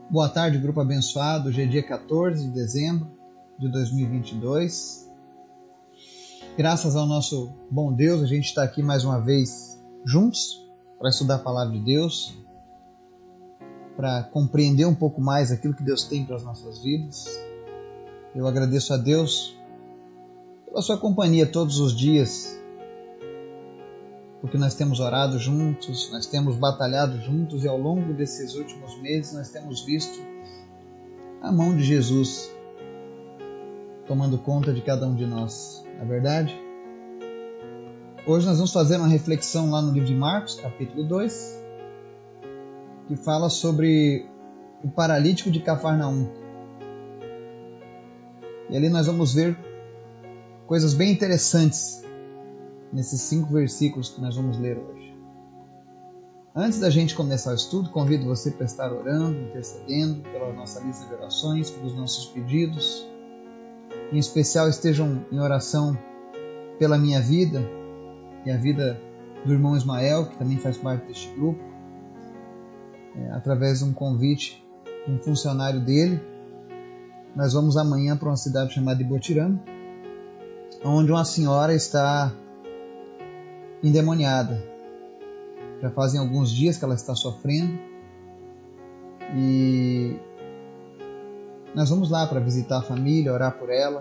Boa tarde, grupo abençoado. Hoje é dia 14 de dezembro de 2022. Graças ao nosso bom Deus, a gente está aqui mais uma vez juntos para estudar a palavra de Deus, para compreender um pouco mais aquilo que Deus tem para as nossas vidas. Eu agradeço a Deus pela sua companhia todos os dias, porque nós temos orado juntos, nós temos batalhado juntos e ao longo desses últimos meses nós temos visto a mão de Jesus tomando conta de cada um de nós, não é verdade? Hoje nós vamos fazer uma reflexão lá no livro de Marcos, capítulo 2, que fala sobre o paralítico de Cafarnaum. E ali nós vamos ver coisas bem interessantes nesses 5 versículos que nós vamos ler hoje. Antes da gente começar o estudo, convido você para estar orando, intercedendo pela nossa lista de orações, pelos nossos pedidos. Em especial estejam em oração pela minha vida e a vida do irmão Ismael, que também faz parte deste grupo, através de um convite de um funcionário dele. Nós vamos amanhã para uma cidade chamada Ibotirama, onde uma senhora está endemoniada. Já fazem alguns dias que ela está sofrendo e nós vamos lá para visitar a família, orar por ela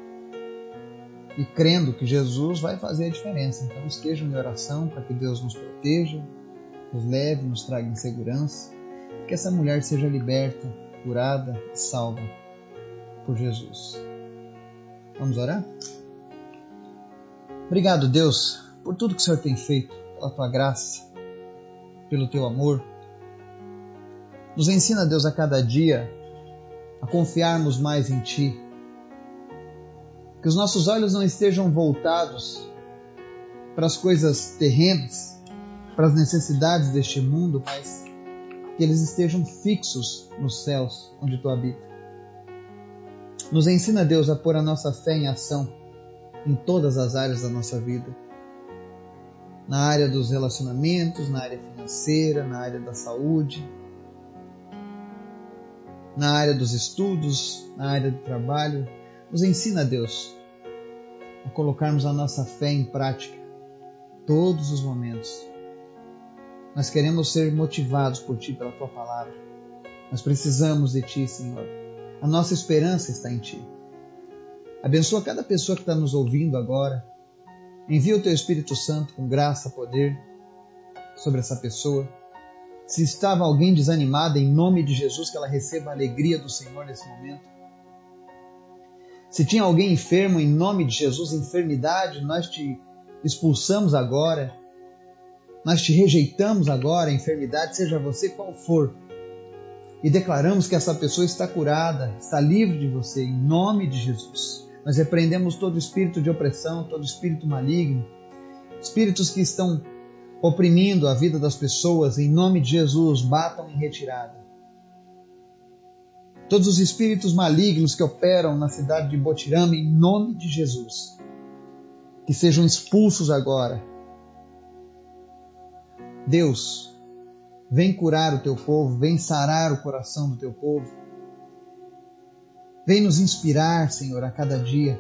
e crendo que Jesus vai fazer a diferença. Então estejam em oração para que Deus nos proteja, nos leve, nos traga em segurança, que essa mulher seja liberta, curada e salva por Jesus. Vamos orar? Obrigado, Deus, por tudo que o Senhor tem feito, pela Tua graça, pelo Teu amor. Nos ensina, Deus, a cada dia a confiarmos mais em Ti. Que os nossos olhos não estejam voltados para as coisas terrenas, para as necessidades deste mundo, mas que eles estejam fixos nos céus, onde Tu habita. Nos ensina, Deus, a pôr a nossa fé em ação em todas as áreas da nossa vida. Na área dos relacionamentos, na área financeira, na área da saúde, na área dos estudos, na área do trabalho. Nos ensina, Deus, a colocarmos a nossa fé em prática todos os momentos. Nós queremos ser motivados por Ti, pela Tua palavra. Nós precisamos de Ti, Senhor. A nossa esperança está em Ti. Abençoa cada pessoa que está nos ouvindo agora. Envia o Teu Espírito Santo com graça, poder sobre essa pessoa. Se estava alguém desanimado, em nome de Jesus, que ela receba a alegria do Senhor nesse momento. Se tinha alguém enfermo, em nome de Jesus, enfermidade, nós Te expulsamos agora. Nós Te rejeitamos agora, a enfermidade, seja você qual for. E declaramos que essa pessoa está curada, está livre de você, em nome de Jesus. Nós repreendemos todo espírito de opressão, todo espírito maligno, espíritos que estão oprimindo a vida das pessoas, em nome de Jesus, batam em retirada. Todos os espíritos malignos que operam na cidade de Ibotirama, em nome de Jesus, que sejam expulsos agora. Deus, vem curar o Teu povo, vem sarar o coração do Teu povo. Vem nos inspirar, Senhor, a cada dia.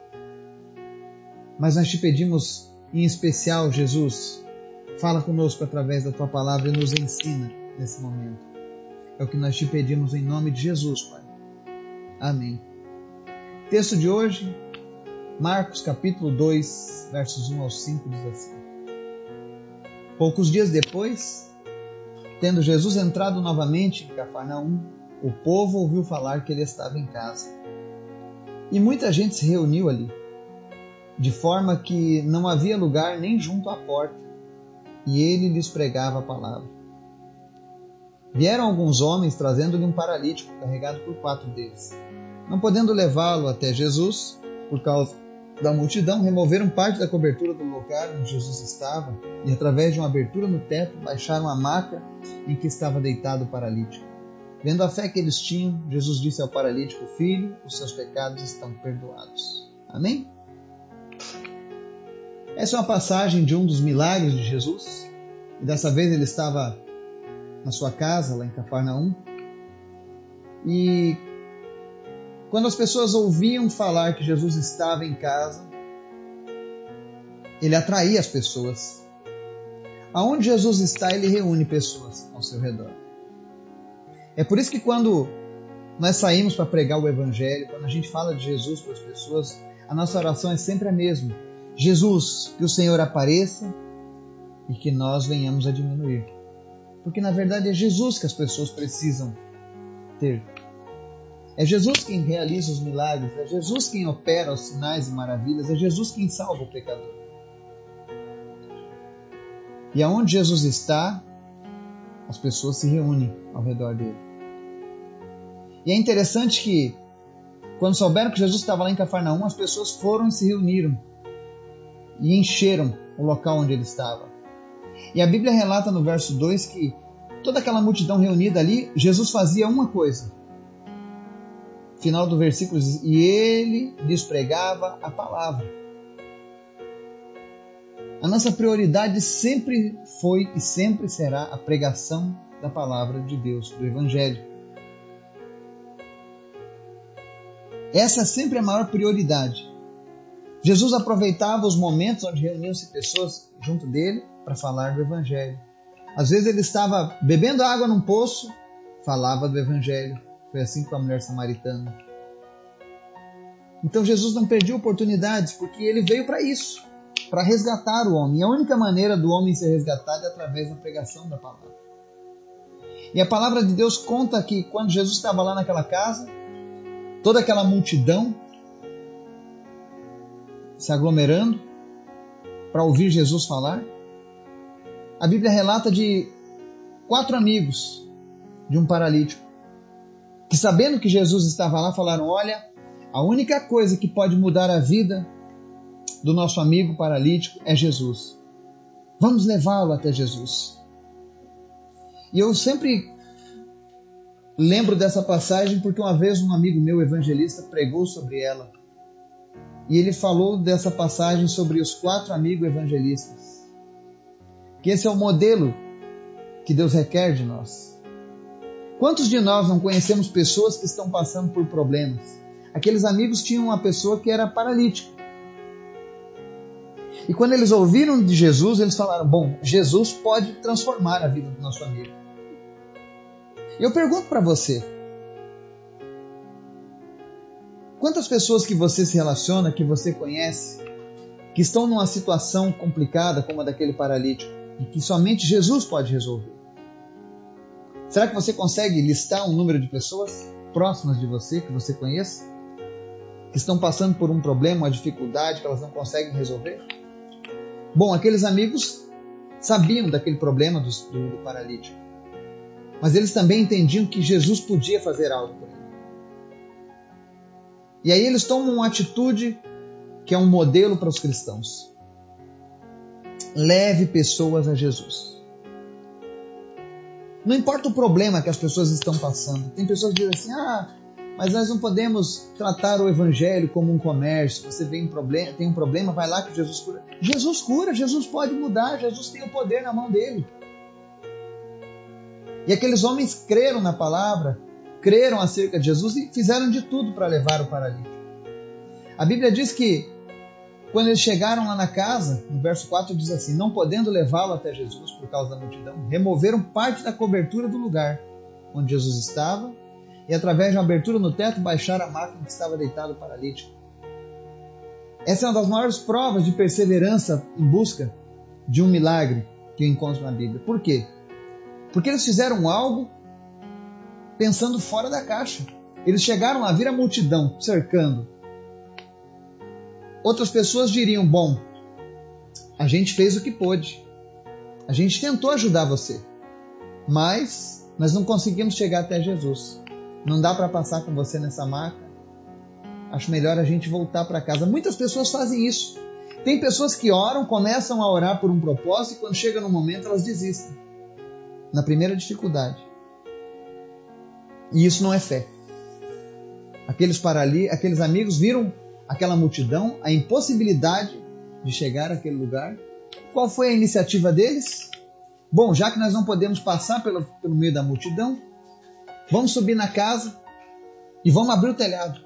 Mas nós Te pedimos, em especial, Jesus, fala conosco através da Tua palavra e nos ensina nesse momento. É o que nós Te pedimos em nome de Jesus, Pai. Amém. Texto de hoje, Marcos capítulo 2, versos 1 ao 5, diz assim. Poucos dias depois, tendo Jesus entrado novamente em Cafarnaum, o povo ouviu falar que ele estava em casa. E muita gente se reuniu ali, de forma que não havia lugar nem junto à porta, e ele lhes pregava a palavra. Vieram alguns homens trazendo-lhe um paralítico, carregado por 4 deles. Não podendo levá-lo até Jesus, por causa da multidão, removeram parte da cobertura do lugar onde Jesus estava e, através de uma abertura no teto, baixaram a maca em que estava deitado o paralítico. Vendo a fé que eles tinham, Jesus disse ao paralítico: Filho, os seus pecados estão perdoados. Amém? Essa é uma passagem de um dos milagres de Jesus. E dessa vez ele estava na sua casa, lá em Cafarnaum. E quando as pessoas ouviam falar que Jesus estava em casa, ele atraía as pessoas. Aonde Jesus está, ele reúne pessoas ao seu redor. É por isso que quando nós saímos para pregar o Evangelho, quando a gente fala de Jesus para as pessoas, a nossa oração é sempre a mesma. Jesus, que o Senhor apareça e que nós venhamos a diminuir. Porque na verdade é Jesus que as pessoas precisam ter. É Jesus quem realiza os milagres, é Jesus quem opera os sinais e maravilhas, é Jesus quem salva o pecador. E aonde Jesus está, as pessoas se reúnem ao redor dele. E é interessante que, quando souberam que Jesus estava lá em Cafarnaum, as pessoas foram e se reuniram e encheram o local onde ele estava. E a Bíblia relata no verso 2 que toda aquela multidão reunida ali, Jesus fazia uma coisa. Final do versículo diz, e ele lhes pregava a palavra. A nossa prioridade sempre foi e sempre será a pregação da palavra de Deus, do Evangelho. Essa é sempre a maior prioridade. Jesus aproveitava os momentos onde reuniam-se pessoas junto dele para falar do Evangelho. Às vezes ele estava bebendo água num poço, falava do Evangelho. Foi assim com a mulher samaritana. Então Jesus não perdia oportunidades, porque ele veio para isso, para resgatar o homem. E a única maneira do homem ser resgatado é através da pregação da palavra. E a palavra de Deus conta que quando Jesus estava lá naquela casa, toda aquela multidão se aglomerando para ouvir Jesus falar, a Bíblia relata de 4 amigos de um paralítico, que sabendo que Jesus estava lá, falaram, olha, a única coisa que pode mudar a vida do nosso amigo paralítico é Jesus. Vamos levá-lo até Jesus. E eu sempre lembro dessa passagem porque uma vez um amigo meu evangelista pregou sobre ela. E ele falou dessa passagem sobre os 4 amigos evangelistas. Que esse é o modelo que Deus requer de nós. Quantos de nós não conhecemos pessoas que estão passando por problemas? Aqueles amigos tinham uma pessoa que era paralítica. E quando eles ouviram de Jesus, eles falaram, bom, Jesus pode transformar a vida do nosso amigo. Eu pergunto para você, quantas pessoas que você se relaciona, que você conhece, que estão numa situação complicada como a daquele paralítico e que somente Jesus pode resolver? Será que você consegue listar um número de pessoas próximas de você, que você conheça, que estão passando por um problema, uma dificuldade que elas não conseguem resolver? Bom, aqueles amigos sabiam daquele problema do paralítico, mas eles também entendiam que Jesus podia fazer algo por ele. E aí eles tomam uma atitude que é um modelo para os cristãos. Leve pessoas a Jesus. Não importa o problema que as pessoas estão passando. Tem pessoas que dizem assim, mas nós não podemos tratar o Evangelho como um comércio. Você tem um problema, vai lá que Jesus cura. Jesus cura, Jesus pode mudar, Jesus tem o poder na mão dele. E aqueles homens creram na palavra, creram acerca de Jesus e fizeram de tudo para levar o paralítico. A Bíblia diz que quando eles chegaram lá na casa, no verso 4 diz assim, não podendo levá-lo até Jesus por causa da multidão, removeram parte da cobertura do lugar onde Jesus estava e através de uma abertura no teto baixaram a maca em que estava deitado o paralítico. Essa é uma das maiores provas de perseverança em busca de um milagre que eu encontro na Bíblia. Por quê? Porque eles fizeram algo pensando fora da caixa. Eles chegaram lá, viram a multidão cercando. Outras pessoas diriam, bom, a gente fez o que pôde. A gente tentou ajudar você, mas nós não conseguimos chegar até Jesus. Não dá para passar com você nessa maca. Acho melhor a gente voltar para casa. Muitas pessoas fazem isso. Tem pessoas que oram, começam a orar por um propósito e quando chega no momento elas desistem. Na primeira dificuldade. E isso não é fé. Aqueles amigos viram aquela multidão, a impossibilidade de chegar àquele lugar. Qual foi a iniciativa deles? Bom, já que nós não podemos passar pelo meio da multidão, vamos subir na casa e vamos abrir o telhado.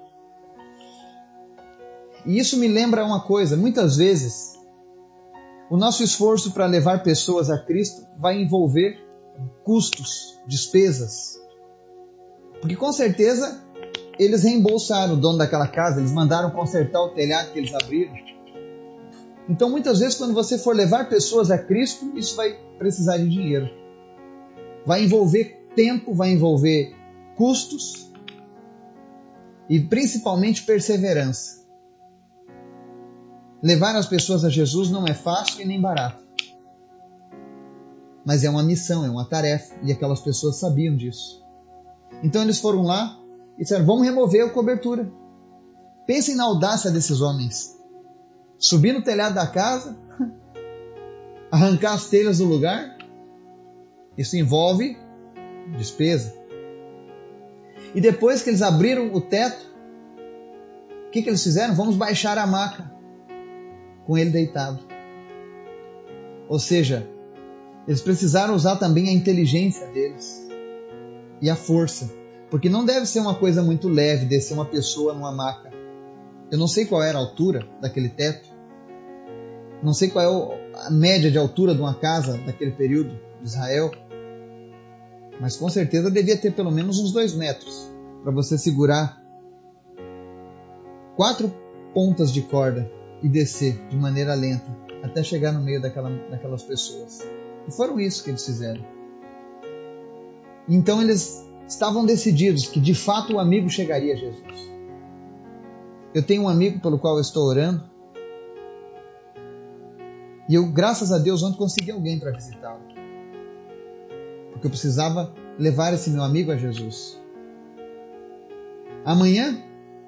E isso me lembra uma coisa, muitas vezes o nosso esforço para levar pessoas a Cristo vai envolver custos, despesas. Porque com certeza eles reembolsaram o dono daquela casa, eles mandaram consertar o telhado que eles abriram. Então muitas vezes quando você for levar pessoas a Cristo, isso vai precisar de dinheiro. Vai envolver tempo, vai envolver custos e principalmente perseverança. Levar as pessoas a Jesus não é fácil e nem barato. Mas é uma missão, é uma tarefa, e aquelas pessoas sabiam disso. Então eles foram lá e disseram, vamos remover a cobertura. Pensem na audácia desses homens. Subir no telhado da casa, arrancar as telhas do lugar, isso envolve despesa. E depois que eles abriram o teto, o que eles fizeram? Vamos baixar a maca com ele deitado. Ou seja, eles precisaram usar também a inteligência deles e a força, porque não deve ser uma coisa muito leve descer uma pessoa numa maca. Eu não sei qual era a altura daquele teto, não sei qual é a média de altura de uma casa daquele período de Israel, mas com certeza devia ter pelo menos uns 2 metros para você segurar 4 pontas de corda e descer de maneira lenta até chegar no meio daquelas pessoas. E foram isso que eles fizeram. Então eles estavam decididos que de fato o amigo chegaria a Jesus. Eu tenho um amigo pelo qual eu estou orando e eu, graças a Deus, ontem consegui alguém para visitá-lo. Porque eu precisava levar esse meu amigo a Jesus. Amanhã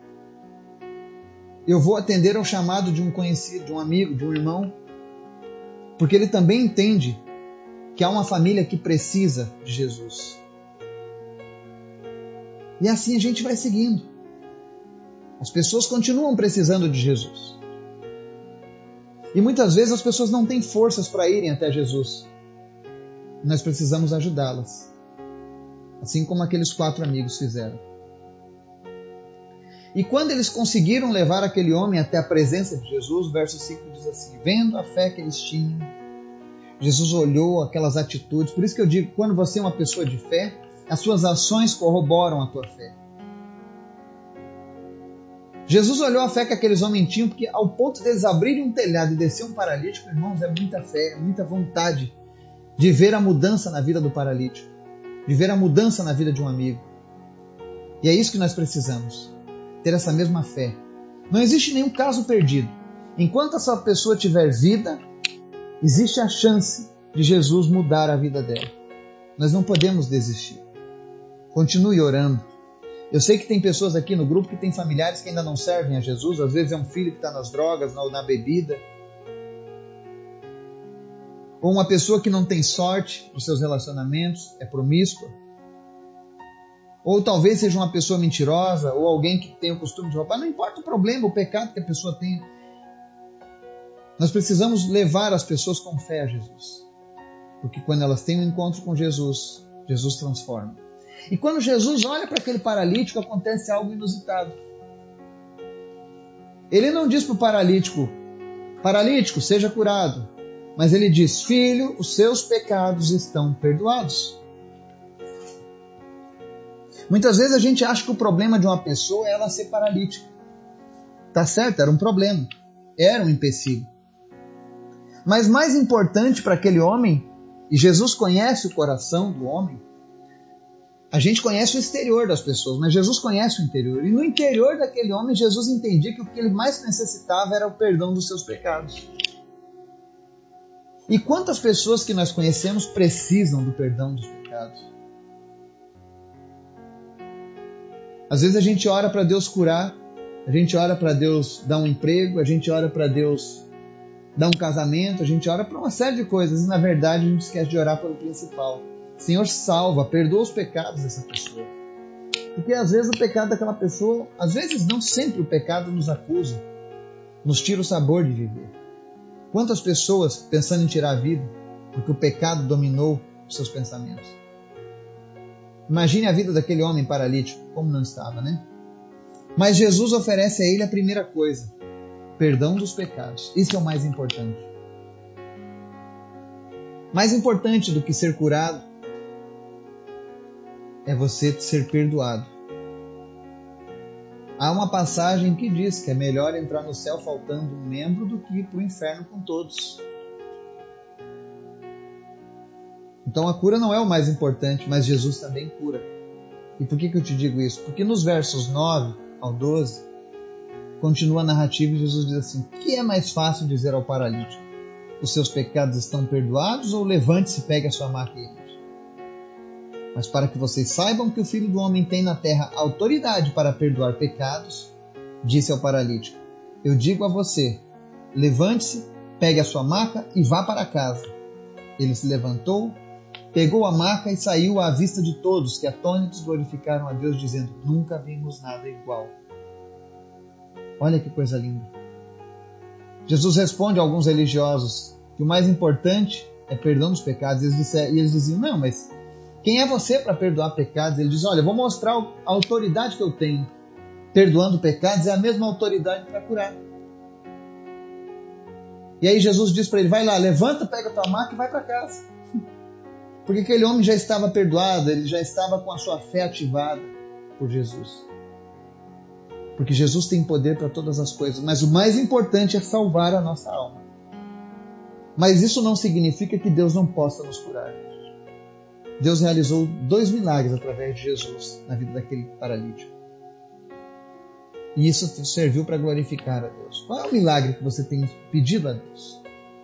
eu vou atender ao chamado de um conhecido, de um amigo, de um irmão, porque ele também entende que há uma família que precisa de Jesus. E assim a gente vai seguindo. As pessoas continuam precisando de Jesus. E muitas vezes as pessoas não têm forças para irem até Jesus. Nós precisamos ajudá-las. Assim como aqueles 4 amigos fizeram. E quando eles conseguiram levar aquele homem até a presença de Jesus, o verso 5 diz assim, vendo a fé que eles tinham, Jesus olhou aquelas atitudes. Por isso que eu digo, quando você é uma pessoa de fé, as suas ações corroboram a tua fé. Jesus olhou a fé que aqueles homens tinham, porque ao ponto deles abrirem um telhado e descer um paralítico, irmãos, é muita fé, é muita vontade de ver a mudança na vida do paralítico, de ver a mudança na vida de um amigo. E é isso que nós precisamos. Ter essa mesma fé. Não existe nenhum caso perdido. Enquanto essa pessoa tiver vida, existe a chance de Jesus mudar a vida dela. Nós não podemos desistir. Continue orando. Eu sei que tem pessoas aqui no grupo que têm familiares que ainda não servem a Jesus. Às vezes é um filho que está nas drogas, na bebida. Ou uma pessoa que não tem sorte nos seus relacionamentos, é promíscua. Ou talvez seja uma pessoa mentirosa, ou alguém que tem o costume de roubar. Não importa o problema, o pecado que a pessoa tem. Nós precisamos levar as pessoas com fé a Jesus. Porque quando elas têm um encontro com Jesus, Jesus transforma. E quando Jesus olha para aquele paralítico, acontece algo inusitado. Ele não diz para o paralítico, paralítico, seja curado. Mas ele diz, filho, os seus pecados estão perdoados. Muitas vezes a gente acha que o problema de uma pessoa é ela ser paralítica. Tá certo, era um problema. Era um empecilho. Mas mais importante para aquele homem, e Jesus conhece o coração do homem, a gente conhece o exterior das pessoas, mas Jesus conhece o interior. E no interior daquele homem, Jesus entendia que o que ele mais necessitava era o perdão dos seus pecados. E quantas pessoas que nós conhecemos precisam do perdão dos pecados? Às vezes a gente ora para Deus curar, a gente ora para Deus dar um emprego, a gente ora para Deus dar um casamento, a gente ora para uma série de coisas e na verdade a gente esquece de orar pelo principal. Senhor, salva, perdoa os pecados dessa pessoa. Porque às vezes o pecado daquela pessoa, às vezes não sempre o pecado nos acusa, nos tira o sabor de viver. Quantas pessoas pensando em tirar a vida porque o pecado dominou os seus pensamentos? Imagine a vida daquele homem paralítico, como não estava, né? Mas Jesus oferece a ele a primeira coisa: perdão dos pecados. Isso é o mais importante. Mais importante do que ser curado é você ser perdoado. Há uma passagem que diz que é melhor entrar no céu faltando um membro do que ir para o inferno com todos. Então a cura não é o mais importante, mas Jesus também cura. E por que eu te digo isso? Porque nos versos 9 ao 12, continua a narrativa e Jesus diz assim: que é mais fácil dizer ao paralítico: os seus pecados estão perdoados, ou levante-se e pegue a sua maca e ande? Mas para que vocês saibam que o Filho do Homem tem na terra autoridade para perdoar pecados, disse ao paralítico: eu digo a você, levante-se, pegue a sua maca e vá para casa. Ele se levantou, pegou a maca e saiu à vista de todos, que atônitos glorificaram a Deus, dizendo: nunca vimos nada igual. Olha que coisa linda. Jesus responde a alguns religiosos que o mais importante é perdão dos pecados. E eles diziam: não, mas quem é você para perdoar pecados? Ele diz: olha, eu vou mostrar a autoridade que eu tenho. Perdoando pecados é a mesma autoridade para curar. E aí Jesus diz para ele: vai lá, levanta, pega a tua maca e vai para casa. Porque aquele homem já estava perdoado, ele já estava com a sua fé ativada por Jesus. Porque Jesus tem poder para todas as coisas, mas o mais importante é salvar a nossa alma. Mas isso não significa que Deus não possa nos curar. Deus realizou 2 milagres através de Jesus na vida daquele paralítico. E isso serviu para glorificar a Deus. Qual é o milagre que você tem pedido a Deus?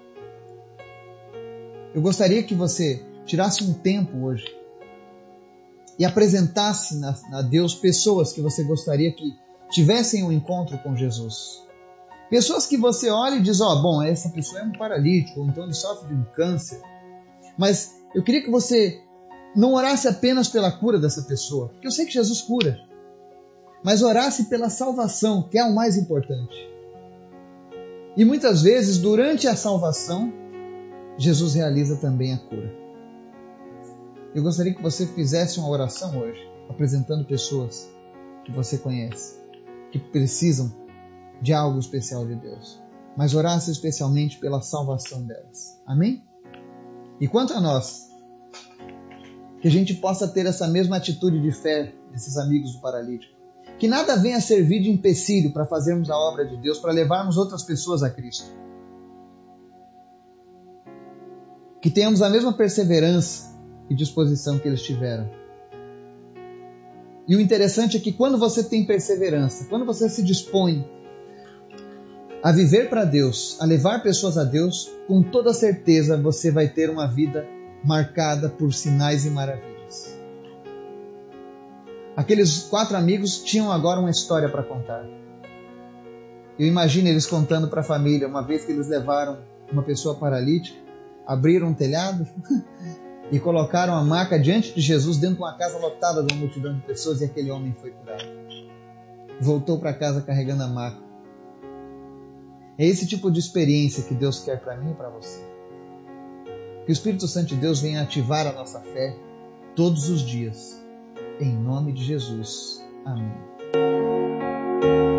Eu gostaria que você tirasse um tempo hoje e apresentasse a Deus pessoas que você gostaria que tivessem um encontro com Jesus. Pessoas que você olha e diz: bom, essa pessoa é um paralítico, ou então ele sofre de um câncer. Mas eu queria que você não orasse apenas pela cura dessa pessoa, porque eu sei que Jesus cura, mas orasse pela salvação, que é o mais importante. E muitas vezes, durante a salvação, Jesus realiza também a cura. Eu gostaria que você fizesse uma oração hoje, apresentando pessoas que você conhece, que precisam de algo especial de Deus, mas orasse especialmente pela salvação delas. Amém? E quanto a nós, que a gente possa ter essa mesma atitude de fé desses amigos do paralítico, que nada venha servir de empecilho para fazermos a obra de Deus, para levarmos outras pessoas a Cristo. Que tenhamos a mesma perseverança e disposição que eles tiveram. E o interessante é que quando você tem perseverança, quando você se dispõe a viver para Deus, a levar pessoas a Deus, com toda certeza você vai ter uma vida marcada por sinais e maravilhas. Aqueles 4 amigos tinham agora uma história para contar. Eu imagino eles contando para a família, uma vez que eles levaram uma pessoa paralítica, abriram um telhado e colocaram a maca diante de Jesus dentro de uma casa lotada de uma multidão de pessoas, e aquele homem foi curado. Voltou para casa carregando a maca. É esse tipo de experiência que Deus quer para mim e para você. Que o Espírito Santo de Deus venha ativar a nossa fé todos os dias. Em nome de Jesus. Amém.